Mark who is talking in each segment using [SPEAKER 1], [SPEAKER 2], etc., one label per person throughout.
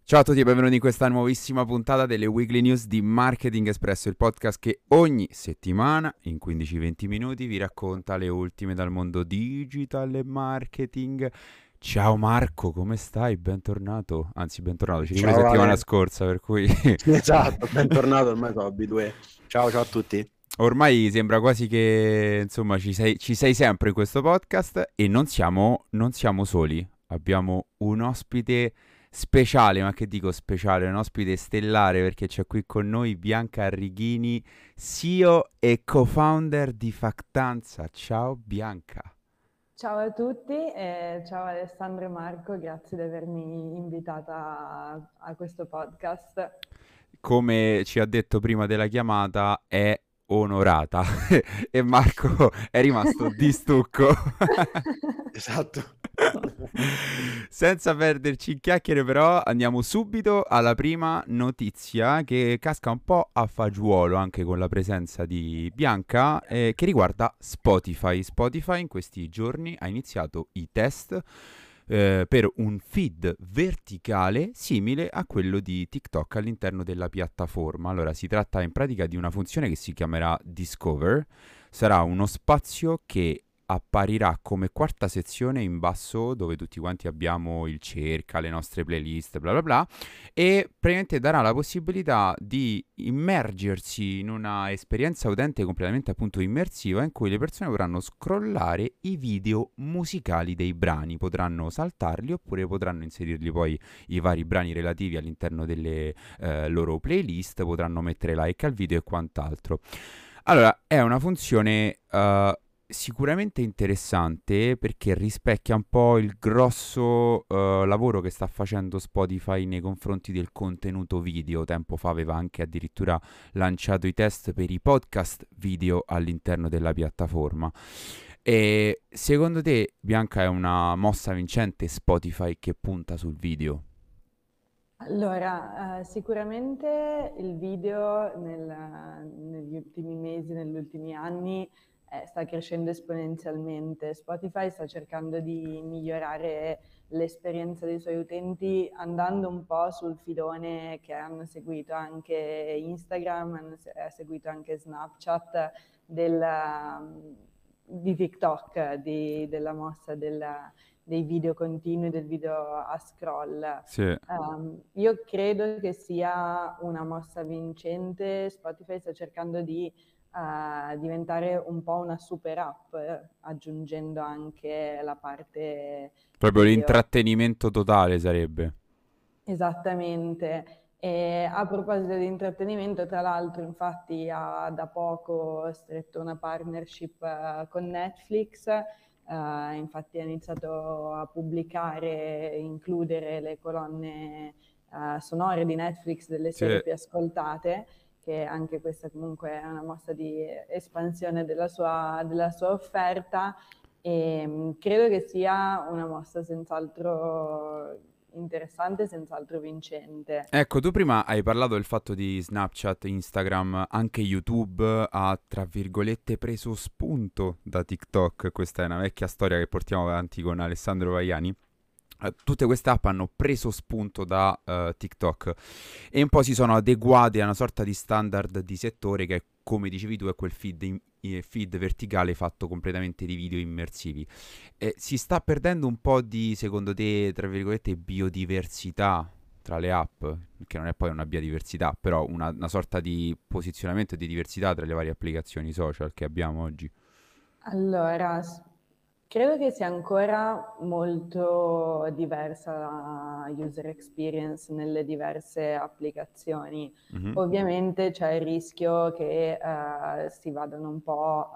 [SPEAKER 1] Ciao a tutti e benvenuti in questa nuovissima puntata delle Weekly News di Marketing Espresso, il podcast che ogni settimana in 15-20 minuti vi racconta le ultime dal mondo digital e marketing. Ciao Marco, come stai? Bentornato. Anzi, bentornato, ci ripresi
[SPEAKER 2] Ciao
[SPEAKER 1] settimana
[SPEAKER 2] Ale,
[SPEAKER 1] scorsa, per cui
[SPEAKER 2] esatto, bentornato, ormai sono abitué. Ciao a tutti.
[SPEAKER 1] ormai sembra quasi che insomma ci sei sempre in questo podcast e non siamo soli. Abbiamo un ospite speciale, ma che dico speciale, un ospite stellare perché c'è qui con noi Bianca Arrighini, CEO e co-founder di Factanza. Ciao Bianca.
[SPEAKER 3] Ciao a tutti e ciao Alessandro e Marco, grazie di avermi invitata a questo podcast.
[SPEAKER 1] Come ci ha detto prima della chiamata, è onorata e Marco è rimasto di stucco.
[SPEAKER 2] Esatto.
[SPEAKER 1] Senza perderci in chiacchiere, però, andiamo subito alla prima notizia che casca un po' a fagiolo anche con la presenza di Bianca, che riguarda Spotify. Spotify in questi giorni ha iniziato i test per un feed verticale simile a quello di TikTok all'interno della piattaforma. Allora, si tratta in pratica di una funzione che si chiamerà Discover. Sarà uno spazio che apparirà come quarta sezione in basso dove tutti quanti abbiamo il cerca, le nostre playlist, bla bla bla, e praticamente darà la possibilità di immergersi in una esperienza utente completamente appunto immersiva in cui le persone potranno scrollare i video musicali dei brani, potranno saltarli oppure potranno inserirli poi i vari brani relativi all'interno delle loro playlist, potranno mettere like al video e quant'altro. Allora, è una funzione sicuramente interessante perché rispecchia un po' il grosso lavoro che sta facendo Spotify nei confronti del contenuto video. Tempo fa aveva anche addirittura lanciato i test per i podcast video all'interno della piattaforma. E secondo te, Bianca, è una mossa vincente Spotify che punta sul video?
[SPEAKER 3] Allora, sicuramente il video negli ultimi mesi, negli ultimi anni sta crescendo esponenzialmente. Spotify sta cercando di migliorare l'esperienza dei suoi utenti andando un po' sul filone che hanno seguito anche Instagram, ha seguito anche Snapchat del, di TikTok, della mossa dei video continui, del video a scroll.
[SPEAKER 1] Sì.
[SPEAKER 3] Io credo che sia una mossa vincente. Spotify sta cercando di diventare un po' una super app, aggiungendo anche la parte
[SPEAKER 1] Proprio
[SPEAKER 3] video.
[SPEAKER 1] l'intrattenimento totale sarebbe.
[SPEAKER 3] Esattamente. E a proposito di intrattenimento, tra l'altro, infatti ha da poco stretto una partnership con Netflix, infatti ha iniziato a pubblicare e includere le colonne sonore di Netflix delle serie
[SPEAKER 1] Sì.
[SPEAKER 3] più ascoltate, che anche questa comunque è una mossa di espansione della sua offerta. E credo che sia una mossa senz'altro interessante, senz'altro vincente.
[SPEAKER 1] Ecco, tu prima hai parlato del fatto di Snapchat, Instagram, anche YouTube ha, tra virgolette, preso spunto da TikTok. Questa è una vecchia storia che portiamo avanti con Alessandro Vaiani. Tutte queste app hanno preso spunto da TikTok e un po' si sono adeguate a una sorta di standard di settore che, come dicevi tu, è quel feed verticale fatto completamente di video immersivi. Si sta perdendo un po' di, secondo te, tra virgolette, biodiversità tra le app, che non è poi una biodiversità, però una sorta di posizionamento di diversità tra le varie applicazioni social che abbiamo oggi.
[SPEAKER 3] Allora, credo che sia ancora molto diversa la user experience nelle diverse applicazioni.
[SPEAKER 1] Mhm.
[SPEAKER 3] Ovviamente c'è il rischio che si vadano un po'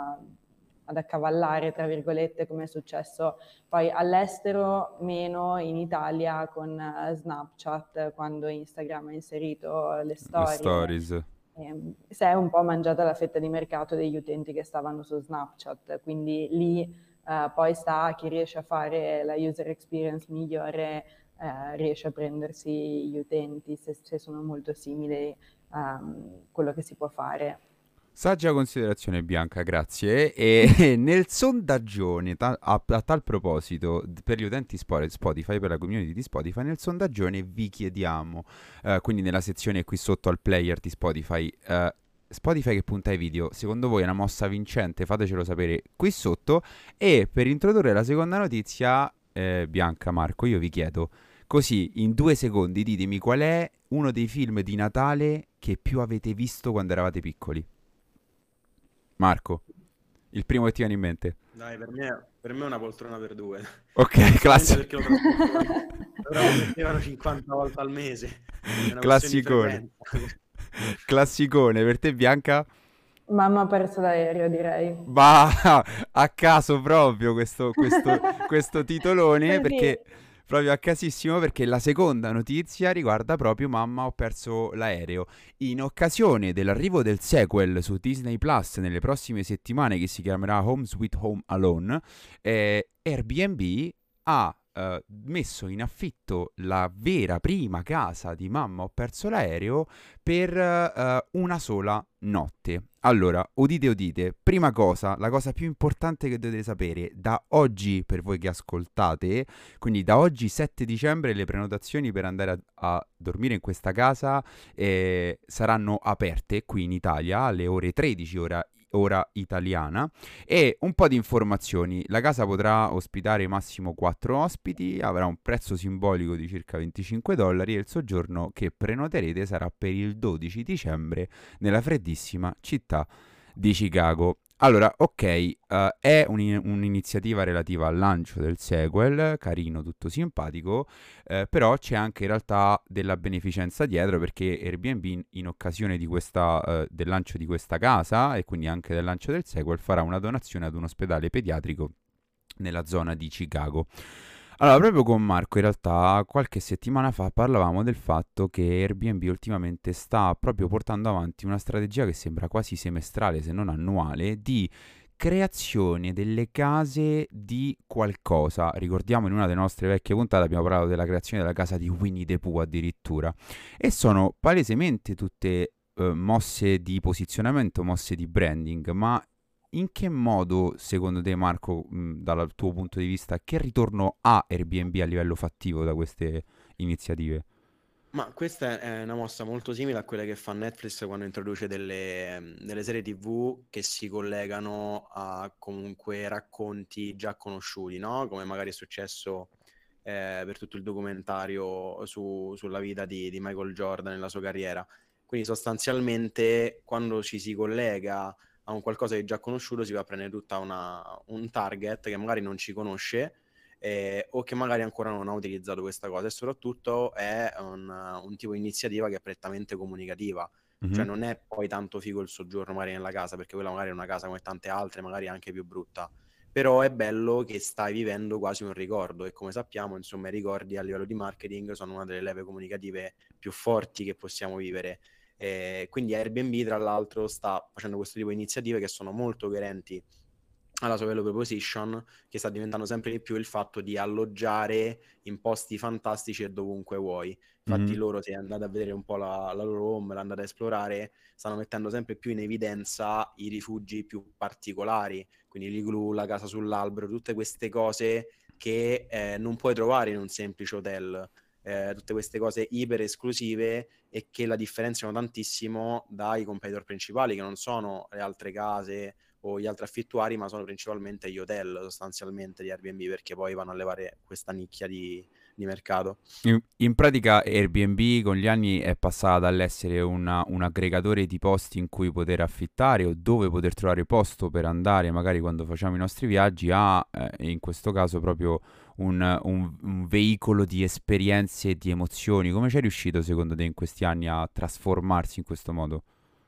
[SPEAKER 3] ad accavallare, tra virgolette, come è successo poi all'estero, meno in Italia con Snapchat, quando Instagram ha inserito le
[SPEAKER 1] Le
[SPEAKER 3] storie.
[SPEAKER 1] stories.
[SPEAKER 3] Si è un po' mangiata la fetta di mercato degli utenti che stavano su Snapchat, quindi lì poi sta a chi riesce a fare la user experience migliore, riesce a prendersi gli utenti se sono molto simili a quello che si può fare.
[SPEAKER 1] Saggia considerazione, Bianca, grazie. E nel sondaggione, a tal proposito, per gli utenti Spotify, per la community di Spotify, nel sondaggione vi chiediamo, quindi nella sezione qui sotto al player di Spotify, Spotify che punta ai video, secondo voi è una mossa vincente? Fatecelo sapere qui sotto. E per introdurre la seconda notizia, Bianca, Marco, io vi chiedo, così in 2 secondi ditemi qual è uno dei film di Natale che più avete visto quando eravate piccoli. Marco, il primo che ti viene in mente.
[SPEAKER 2] Dai, per me è una poltrona per due.
[SPEAKER 1] Ok,
[SPEAKER 2] Solamente
[SPEAKER 1] classico.
[SPEAKER 2] perché lo trasmettevano 50 volte al mese. È una questione di
[SPEAKER 1] Classicone.
[SPEAKER 2] frequenza.
[SPEAKER 1] Classicone, per te Bianca?
[SPEAKER 3] Mamma ha perso l'aereo, direi.
[SPEAKER 1] Ma a caso proprio questo titolone,
[SPEAKER 3] Così.
[SPEAKER 1] perché proprio a casissimo, perché la seconda notizia riguarda proprio Mamma ho perso l'aereo. In occasione dell'arrivo del sequel su Disney Plus nelle prossime settimane, che si chiamerà Home Sweet Home Alone, Airbnb ha messo in affitto la vera prima casa di Mamma ho perso l'aereo per una sola notte. Allora, udite udite, prima cosa, la cosa più importante che dovete sapere, da oggi per voi che ascoltate, quindi da oggi 7 dicembre le prenotazioni per andare a dormire in questa casa saranno aperte qui in Italia alle ore 13 ora italiana. E un po' di informazioni: la casa potrà ospitare massimo 4 ospiti, avrà un prezzo simbolico di circa $25 e il soggiorno che prenoterete sarà per il 12 dicembre nella freddissima città di Chicago. Allora, ok, è un'iniziativa relativa al lancio del sequel, carino, tutto simpatico, però c'è anche in realtà della beneficenza dietro, perché Airbnb in occasione di del lancio di questa casa e quindi anche del lancio del sequel farà una donazione ad un ospedale pediatrico nella zona di Chicago. Allora, proprio con Marco, in realtà, qualche settimana fa parlavamo del fatto che Airbnb ultimamente sta proprio portando avanti una strategia che sembra quasi semestrale, se non annuale, di creazione delle case di qualcosa. Ricordiamo, in una delle nostre vecchie puntate abbiamo parlato della creazione della casa di Winnie the Pooh addirittura. E sono palesemente tutte mosse di posizionamento, mosse di branding, ma in che modo, secondo te, Marco, dal tuo punto di vista, che ritorno ha Airbnb a livello fattivo da queste iniziative?
[SPEAKER 2] Ma questa è una mossa molto simile a quella che fa Netflix quando introduce delle serie TV che si collegano a comunque racconti già conosciuti, no? Come magari è successo per tutto il documentario sulla vita di Michael Jordan nella sua carriera. Quindi sostanzialmente quando ci si collega a un qualcosa di già conosciuto si va a prendere tutta un target che magari non ci conosce o che magari ancora non ha utilizzato questa cosa, e soprattutto è un tipo di iniziativa che è prettamente comunicativa. Cioè
[SPEAKER 1] Mhm.
[SPEAKER 2] non è poi tanto figo il soggiorno magari nella casa, perché quella magari è una casa come tante altre, magari anche più brutta, però è bello che stai vivendo quasi un ricordo, e come sappiamo, insomma, i ricordi a livello di marketing sono una delle leve comunicative più forti che possiamo vivere. Quindi Airbnb, tra l'altro, sta facendo questo tipo di iniziative che sono molto coerenti alla sua value proposition, che sta diventando sempre di più il fatto di alloggiare in posti fantastici e dovunque vuoi. Infatti
[SPEAKER 1] Mhm.
[SPEAKER 2] loro, se andate a vedere un po' la loro home, l'andate a esplorare, stanno mettendo sempre più in evidenza i rifugi più particolari, quindi l'igloo, la casa sull'albero, tutte queste cose che non puoi trovare in un semplice hotel. Tutte queste cose iper esclusive e che la differenziano tantissimo dai competitor principali, che non sono le altre case o gli altri affittuari, ma sono principalmente gli hotel sostanzialmente di Airbnb, perché poi vanno a levare questa nicchia di mercato.
[SPEAKER 1] In pratica Airbnb con gli anni è passata dall'essere un aggregatore di posti in cui poter affittare o dove poter trovare posto per andare magari quando facciamo i nostri viaggi a, in questo caso, proprio un veicolo di esperienze e di emozioni. Come ci è riuscito secondo te in questi anni a trasformarsi in questo modo?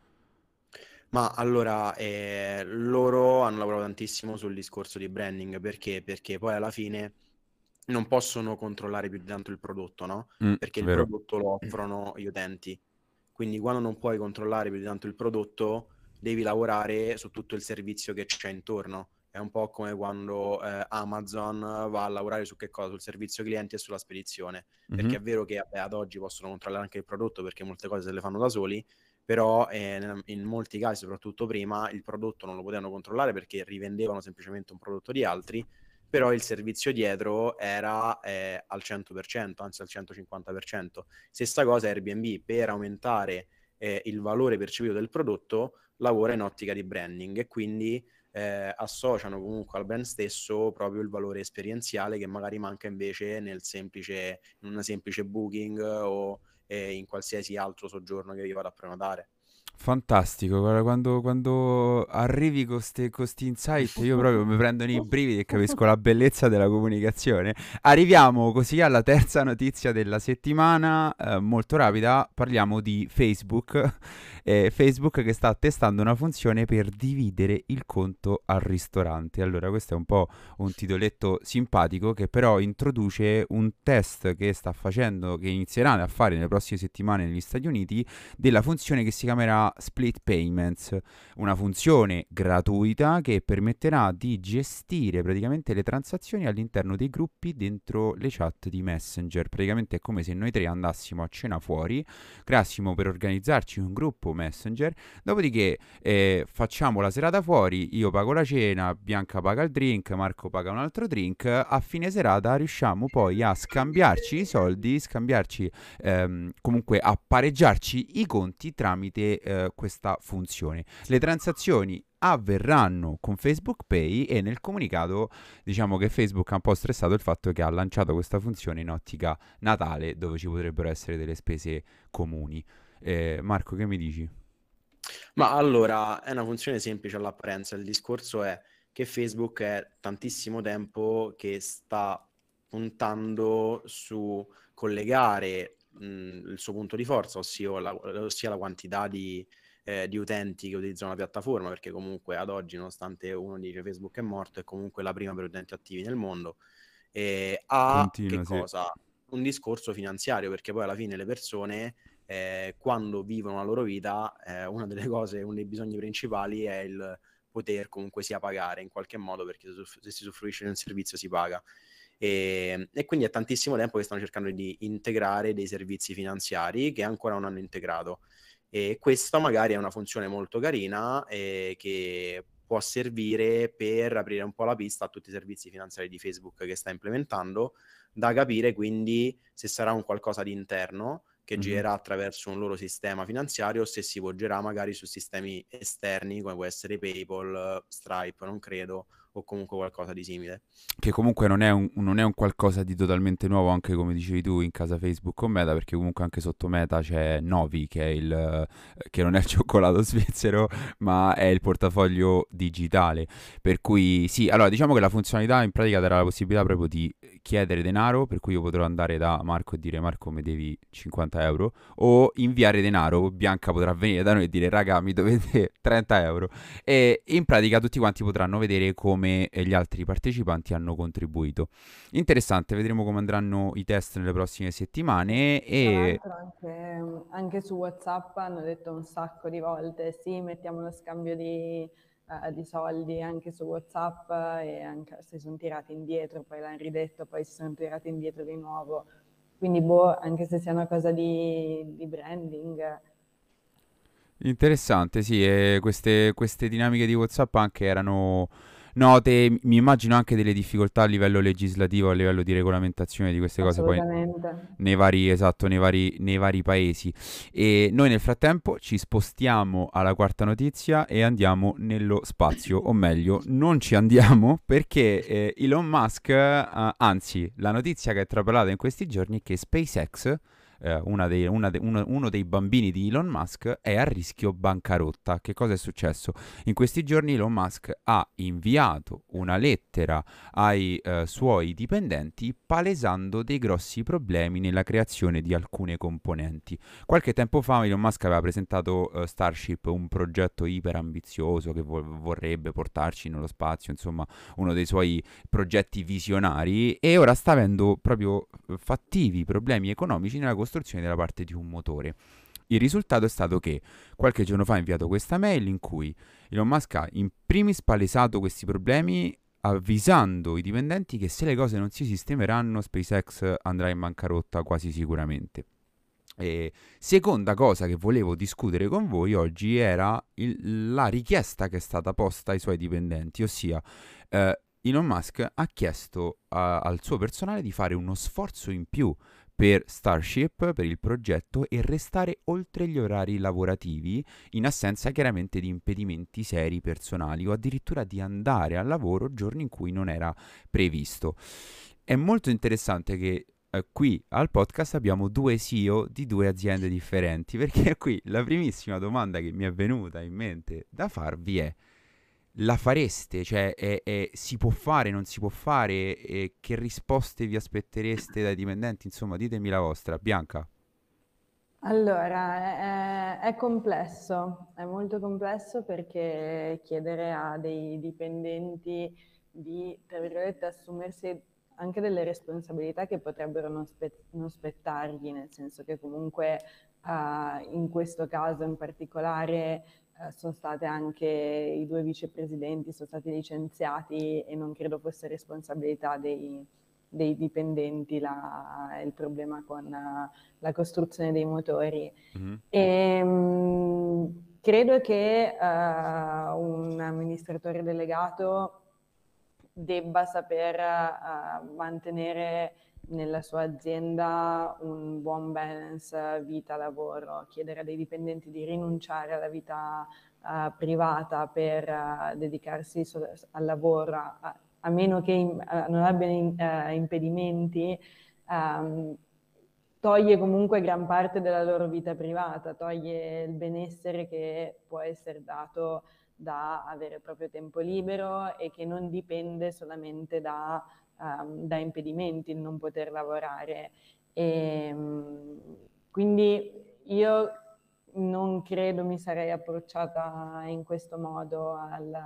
[SPEAKER 2] Ma allora, loro hanno lavorato tantissimo sul discorso di branding, perché? Perché poi alla fine non possono controllare più di tanto il prodotto, no? Perché il
[SPEAKER 1] Vero.
[SPEAKER 2] prodotto lo offrono gli utenti. Quindi quando non puoi controllare più di tanto il prodotto, devi lavorare su tutto il servizio che c'è intorno. È un po' come quando Amazon va a lavorare su che cosa? Sul servizio clienti e sulla spedizione.
[SPEAKER 1] Mhm.
[SPEAKER 2] Perché è vero che vabbè, ad oggi possono controllare anche il prodotto, perché molte cose se le fanno da soli, però in molti casi, soprattutto prima, il prodotto non lo potevano controllare perché rivendevano semplicemente un prodotto di altri, però il servizio dietro era al 100%, anzi al 150%. Stessa cosa Airbnb, per aumentare il valore percepito del prodotto, lavora in ottica di branding e quindi associano comunque al brand stesso proprio il valore esperienziale che magari manca invece in una semplice booking o in qualsiasi altro soggiorno che io vado a prenotare.
[SPEAKER 1] Fantastico, guarda, quando arrivi con questi insight io proprio mi prendono i brividi e capisco la bellezza della comunicazione. Arriviamo così alla terza notizia della settimana, molto rapida, parliamo di Facebook. Facebook che sta testando una funzione per dividere il conto al ristorante. Allora, questo è un po' un titoletto simpatico che però introduce un test che sta facendo, che inizieranno a fare nelle prossime settimane negli Stati Uniti, della funzione che si chiamerà Split Payments, una funzione gratuita che permetterà di gestire praticamente le transazioni all'interno dei gruppi dentro le chat di Messenger. Praticamente è come se noi tre andassimo a cena fuori, creassimo per organizzarci un gruppo Messenger, dopodiché facciamo la serata fuori, io pago la cena, Bianca paga il drink, Marco paga un altro drink, a fine serata riusciamo poi a scambiarci i soldi, comunque a pareggiarci i conti tramite questa funzione. Le transazioni avverranno con Facebook Pay e nel comunicato diciamo che Facebook ha un po' stressato il fatto che ha lanciato questa funzione in ottica Natale dove ci potrebbero essere delle spese comuni. Marco, che mi dici?
[SPEAKER 2] Ma allora, è una funzione semplice all'apparenza, il discorso è che Facebook è tantissimo tempo che sta puntando su collegare il suo punto di forza, ossia la quantità di utenti che utilizzano la piattaforma, perché comunque ad oggi, nonostante uno dice Facebook è morto, è comunque la prima per utenti attivi nel mondo, che
[SPEAKER 1] Continua, sì.
[SPEAKER 2] cosa? Un discorso finanziario, perché poi alla fine le persone quando vivono la loro vita, una delle cose, uno dei bisogni principali è il poter comunque sia pagare in qualche modo, perché se si usufruisce di un servizio si paga. E quindi è tantissimo tempo che stanno cercando di integrare dei servizi finanziari che ancora non hanno integrato. E questa magari è una funzione molto carina che può servire per aprire un po' la pista a tutti i servizi finanziari di Facebook che sta implementando, da capire quindi se sarà un qualcosa di interno che girerà attraverso un loro sistema finanziario o se si poggerà magari su sistemi esterni come può essere PayPal, Stripe, non credo, o comunque qualcosa di simile.
[SPEAKER 1] Che comunque non è un qualcosa di totalmente nuovo, anche come dicevi tu, in casa Facebook o Meta, perché comunque anche sotto Meta c'è Novi, che non è il cioccolato svizzero, ma è il portafoglio digitale. Per cui sì, allora diciamo che la funzionalità in pratica darà la possibilità proprio di chiedere denaro, per cui io potrò andare da Marco e dire Marco mi devi 50 euro, o inviare denaro, Bianca potrà venire da noi e dire raga mi dovete 30 euro. E in pratica tutti quanti potranno vedere come gli altri partecipanti hanno contribuito. Interessante, vedremo come andranno i test nelle prossime settimane
[SPEAKER 3] Tra
[SPEAKER 1] e
[SPEAKER 3] l'altro anche su WhatsApp hanno detto un sacco di volte, sì, mettiamo lo scambio di soldi anche su WhatsApp e anche si sono tirati indietro, poi l'hanno ridetto, poi si sono tirati indietro di nuovo. Quindi, anche se sia una cosa di branding,
[SPEAKER 1] interessante, sì, e queste dinamiche di WhatsApp anche erano note, mi immagino anche delle difficoltà a livello legislativo, a livello di regolamentazione di queste cose poi
[SPEAKER 3] assolutamente.
[SPEAKER 1] esatto, nei vari paesi. E noi nel frattempo ci spostiamo alla quarta notizia e andiamo nello spazio, o meglio, non ci andiamo perché Elon Musk, anzi, la notizia che è trapelata in questi giorni è che SpaceX, uno dei bambini di Elon Musk, è a rischio bancarotta. Che cosa è successo? In questi giorni Elon Musk ha inviato una lettera ai suoi dipendenti palesando dei grossi problemi nella creazione di alcune componenti. Qualche tempo fa Elon Musk aveva presentato Starship, un progetto iper ambizioso che vorrebbe portarci nello spazio, insomma uno dei suoi progetti visionari, e ora sta avendo proprio fattivi problemi economici nella costruzione della parte di un motore. Il risultato è stato che qualche giorno fa ha inviato questa mail in cui Elon Musk ha in primis palesato questi problemi avvisando i dipendenti che se le cose non si sistemeranno SpaceX andrà in bancarotta quasi sicuramente. E seconda cosa che volevo discutere con voi oggi era la richiesta che è stata posta ai suoi dipendenti, ossia Elon Musk ha chiesto al suo personale di fare uno sforzo in più per Starship, per il progetto, e restare oltre gli orari lavorativi, in assenza chiaramente di impedimenti seri personali, o addirittura di andare al lavoro giorni in cui non era previsto. È molto interessante che qui al podcast abbiamo due CEO di due aziende differenti, perché qui la primissima domanda che mi è venuta in mente da farvi è: la fareste? Cioè, si può fare, non si può fare? E che risposte vi aspettereste dai dipendenti? Insomma, ditemi la vostra. Bianca.
[SPEAKER 3] Allora, è complesso, è molto complesso perché chiedere a dei dipendenti di, tra virgolette, assumersi anche delle responsabilità che potrebbero non spettargli, nel senso che comunque in questo caso in particolare sono state anche i due vicepresidenti, sono stati licenziati e non credo fosse responsabilità dei dipendenti il problema con la costruzione dei motori.
[SPEAKER 1] Mhm.
[SPEAKER 3] Credo che un amministratore delegato debba saper mantenere nella sua azienda un buon balance vita-lavoro, chiedere a dei dipendenti di rinunciare alla vita privata per dedicarsi al lavoro, a meno che non abbiano impedimenti, ehm, toglie comunque gran parte della loro vita privata, toglie il benessere che può essere dato da avere il proprio tempo libero e che non dipende solamente da impedimenti il non poter lavorare. E, quindi io non credo mi sarei approcciata in questo modo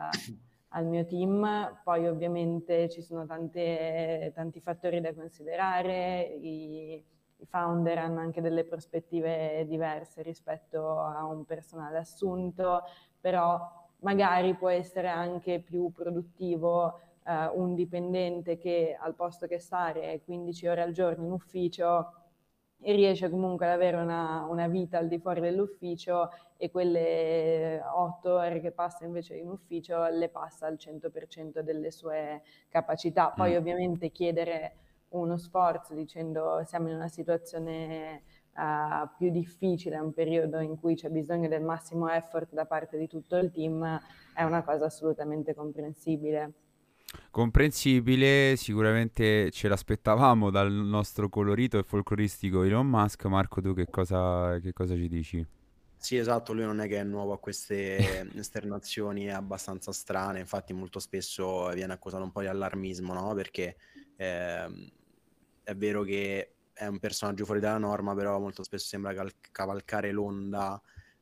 [SPEAKER 3] al mio team. Poi ovviamente ci sono tanti fattori da considerare, i founder hanno anche delle prospettive diverse rispetto a un personale assunto, però magari può essere anche più produttivo un dipendente che al posto che stare 15 ore al giorno in ufficio riesce comunque ad avere una vita al di fuori dell'ufficio e quelle 8 ore che passa invece in ufficio le passa al 100% delle sue capacità. Poi ovviamente chiedere uno sforzo dicendo siamo in una situazione più difficile, un periodo in cui c'è bisogno del massimo effort da parte di tutto il team, è una cosa assolutamente comprensibile.
[SPEAKER 1] Comprensibile, sicuramente ce l'aspettavamo dal nostro colorito e folcloristico Elon Musk. Marco, tu che cosa ci dici?
[SPEAKER 2] Sì, esatto, lui non è che è nuovo a queste esternazioni abbastanza strane, infatti molto spesso viene accusato un po' di allarmismo, no? Perché ehm, è vero che è un personaggio fuori dalla norma, però molto spesso sembra cavalcare l'onda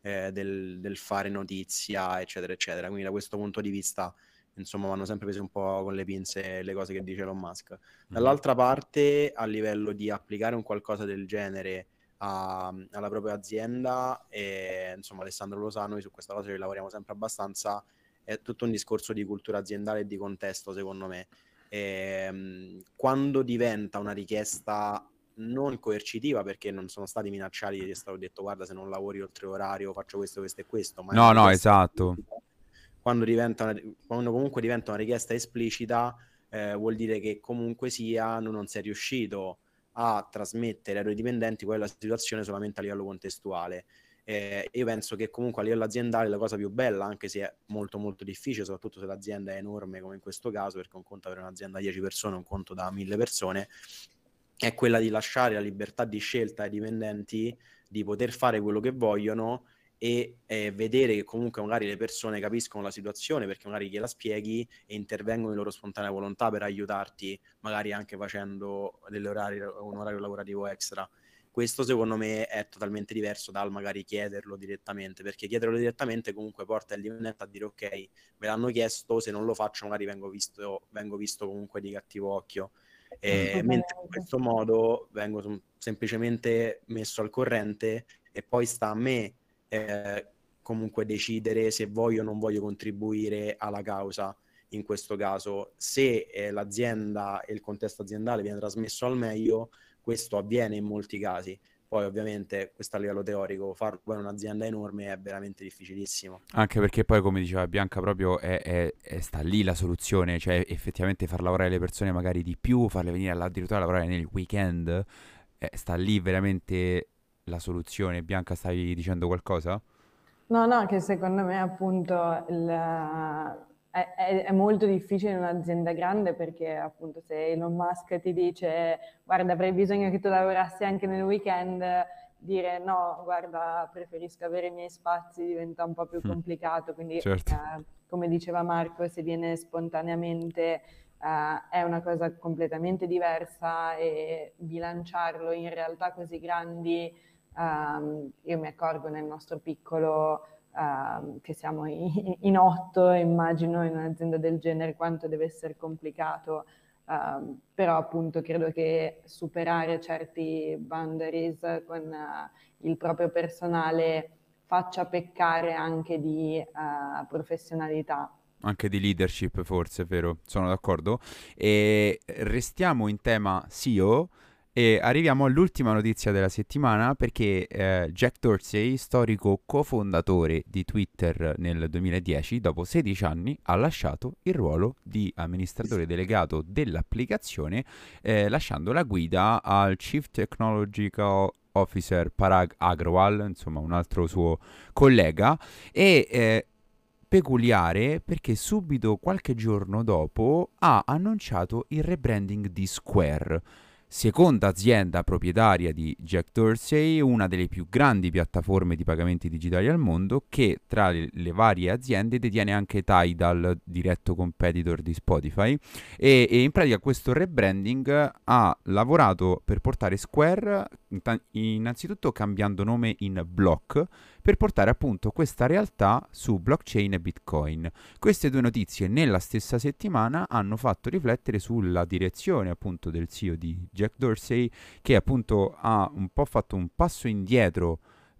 [SPEAKER 2] del fare notizia, eccetera, eccetera. Quindi da questo punto di vista, insomma, vanno sempre prese un po' con le pinze le cose che dice Elon Musk.
[SPEAKER 1] Mhm.
[SPEAKER 2] Dall'altra parte, a livello di applicare un qualcosa del genere alla propria azienda e insomma Alessandro lo sa, noi su questa cosa ci lavoriamo sempre abbastanza, è tutto un discorso di cultura aziendale e di contesto secondo me. Quando diventa una richiesta non coercitiva, perché non sono stati minacciati e è stato detto guarda se non lavori oltre orario faccio questo, questo e questo, ma è una
[SPEAKER 1] No, no,
[SPEAKER 2] richiesta
[SPEAKER 1] esatto.
[SPEAKER 2] quando comunque diventa una richiesta esplicita, vuol dire che comunque sia non sei riuscito a trasmettere ai tuoi dipendenti quella situazione solamente a livello contestuale. Io penso che comunque a livello aziendale la cosa più bella, anche se è molto molto difficile, soprattutto se l'azienda è enorme come in questo caso, perché un conto avere un'azienda da 10 persone, un conto da 1000 persone, è quella di lasciare la libertà di scelta ai dipendenti di poter fare quello che vogliono e vedere che comunque magari le persone capiscono la situazione perché magari gliela spieghi e intervengono di loro spontanea volontà per aiutarti, magari anche facendo un orario lavorativo extra. Questo secondo me è totalmente diverso dal magari chiederlo direttamente, perché chiederlo direttamente comunque porta il dipendente a dire ok, me l'hanno chiesto, se non lo faccio magari vengo visto comunque di cattivo occhio. Mentre in
[SPEAKER 3] Assolutamente.
[SPEAKER 2] questo modo vengo semplicemente messo al corrente e poi sta a me comunque decidere se voglio o non voglio contribuire alla causa. In questo caso, se l'azienda e il contesto aziendale viene trasmesso al meglio, questo avviene in molti casi. Poi ovviamente questo a livello teorico, far poi un'azienda enorme è veramente difficilissimo.
[SPEAKER 1] Anche perché poi, come diceva Bianca, proprio sta lì la soluzione, cioè effettivamente far lavorare le persone magari di più, farle venire addirittura a lavorare nel weekend, sta lì veramente la soluzione. Bianca, stavi dicendo qualcosa?
[SPEAKER 3] No, no, che secondo me appunto è molto difficile in un'azienda grande perché appunto se Elon Musk ti dice guarda avrei bisogno che tu lavorassi anche nel weekend, dire no, guarda preferisco avere i miei spazi diventa un po' più
[SPEAKER 1] Mm,
[SPEAKER 3] complicato, quindi
[SPEAKER 1] certo.
[SPEAKER 3] come diceva Marco, se viene spontaneamente è una cosa completamente diversa e bilanciarlo in realtà così grandi. Io mi accorgo nel nostro piccolo che siamo in 8, immagino in un'azienda del genere quanto deve essere complicato, però appunto credo che superare certi boundaries con il proprio personale faccia peccare anche di professionalità.
[SPEAKER 1] Anche di leadership, forse, è vero? Sono d'accordo. E restiamo in tema SEO e arriviamo all'ultima notizia della settimana perché Jack Dorsey, storico cofondatore di Twitter nel 2010, dopo 16 anni, ha lasciato il ruolo di amministratore delegato dell'applicazione, lasciando la guida al Chief Technological Officer Parag Agrawal, insomma un altro suo collega, e peculiare perché subito qualche giorno dopo ha annunciato il rebranding di Square, seconda azienda proprietaria di Jack Dorsey, una delle più grandi piattaforme di pagamenti digitali al mondo, che tra le varie aziende detiene anche Tidal, diretto competitor di Spotify, e in pratica questo rebranding ha lavorato per portare Square, innanzitutto cambiando nome in Block, per portare appunto questa realtà su blockchain e Bitcoin. Queste due notizie nella stessa settimana hanno fatto riflettere sulla direzione appunto del CEO di Jack Dorsey, che appunto ha un po' fatto un passo indietro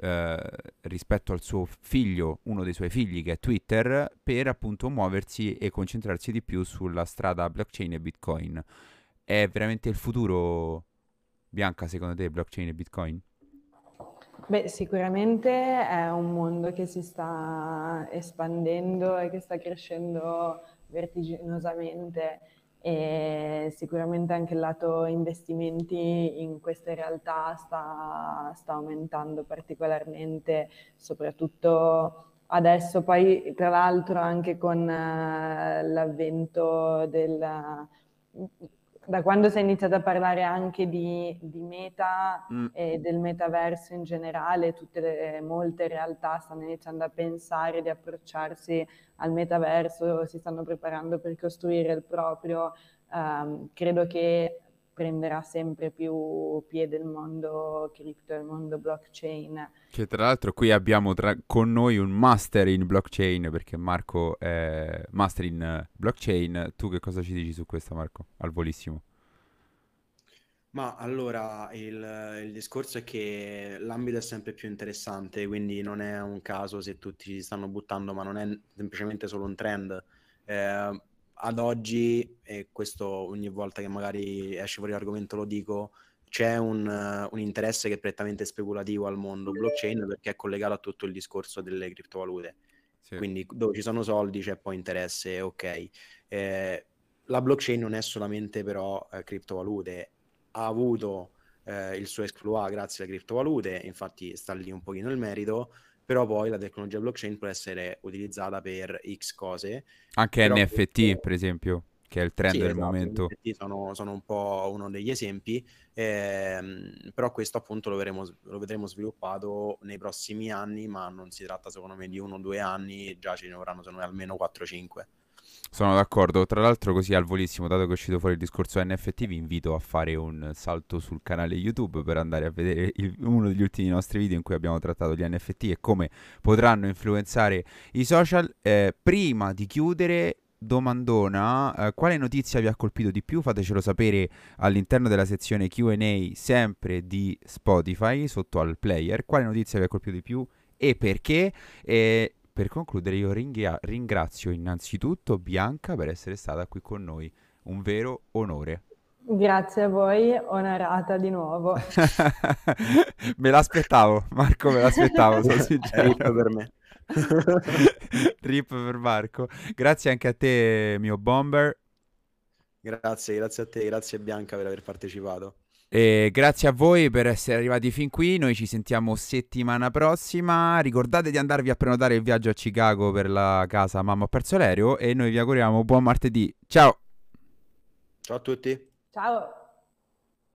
[SPEAKER 1] rispetto al suo figlio, uno dei suoi figli che è Twitter, per appunto muoversi e concentrarsi di più sulla strada blockchain e Bitcoin. È veramente il futuro, Bianca, secondo te, blockchain e Bitcoin?
[SPEAKER 3] Beh, sicuramente è un mondo che si sta espandendo e che sta crescendo vertiginosamente e sicuramente anche il lato investimenti in queste realtà sta aumentando particolarmente, soprattutto adesso, poi tra l'altro anche con l'avvento da quando si è iniziato a parlare anche di meta
[SPEAKER 1] Mm.
[SPEAKER 3] e del metaverso in generale, molte realtà stanno iniziando a pensare di approcciarsi al metaverso, si stanno preparando per costruire il proprio. Credo che prenderà sempre più piede il mondo cripto, il mondo blockchain.
[SPEAKER 1] Che tra l'altro qui abbiamo con noi un master in blockchain, perché Marco è master in blockchain. Tu che cosa ci dici su questo, Marco? Al volissimo.
[SPEAKER 2] Ma allora il discorso è che l'ambito è sempre più interessante, quindi non è un caso se tutti ci stanno buttando, ma non è semplicemente solo un trend. Ad oggi, e questo ogni volta che magari esce fuori l'argomento lo dico, c'è un interesse che è prettamente speculativo al mondo blockchain perché è collegato a tutto il discorso delle criptovalute.
[SPEAKER 1] Sì.
[SPEAKER 2] Quindi dove ci sono soldi c'è poi interesse, ok. La blockchain non è solamente però criptovalute, ha avuto il suo exploit grazie alle criptovalute, infatti sta lì un pochino il merito, però poi la tecnologia blockchain può essere utilizzata per X cose,
[SPEAKER 1] Anche
[SPEAKER 2] però
[SPEAKER 1] NFT,
[SPEAKER 2] questo,
[SPEAKER 1] per esempio, che è il trend
[SPEAKER 2] sì,
[SPEAKER 1] del
[SPEAKER 2] esatto, gli
[SPEAKER 1] momento.
[SPEAKER 2] NFT sono un po' uno degli esempi, però questo appunto lo vedremo sviluppato nei prossimi anni, ma non si tratta secondo me di 1 o 2 anni, già ce ne vorranno secondo me almeno 4-5.
[SPEAKER 1] Sono d'accordo. Tra l'altro, così al volissimo, dato che è uscito fuori il discorso NFT, vi invito a fare un salto sul canale YouTube per andare a vedere uno degli ultimi nostri video in cui abbiamo trattato gli NFT e come potranno influenzare i social. Prima di chiudere, domandona, quale notizia vi ha colpito di più? Fatecelo sapere all'interno della sezione Q&A, sempre di Spotify, sotto al player. Quale notizia vi ha colpito di più e perché? Per concludere, io ringrazio innanzitutto Bianca per essere stata qui con noi. Un vero onore.
[SPEAKER 3] Grazie a voi, onorata di nuovo.
[SPEAKER 1] Me l'aspettavo, Marco, me l'aspettavo, sono
[SPEAKER 2] Rip
[SPEAKER 1] sincero.
[SPEAKER 2] per me.
[SPEAKER 1] Rip per Marco. Grazie anche a te, mio bomber.
[SPEAKER 2] Grazie a te, grazie Bianca per aver partecipato.
[SPEAKER 1] E grazie a voi per essere arrivati fin qui. Noi ci sentiamo settimana prossima. Ricordate di andarvi a prenotare il viaggio a Chicago per la casa Mamma ho perso l'aereo. E noi vi auguriamo buon martedì. Ciao!
[SPEAKER 2] Ciao a tutti.
[SPEAKER 3] Ciao!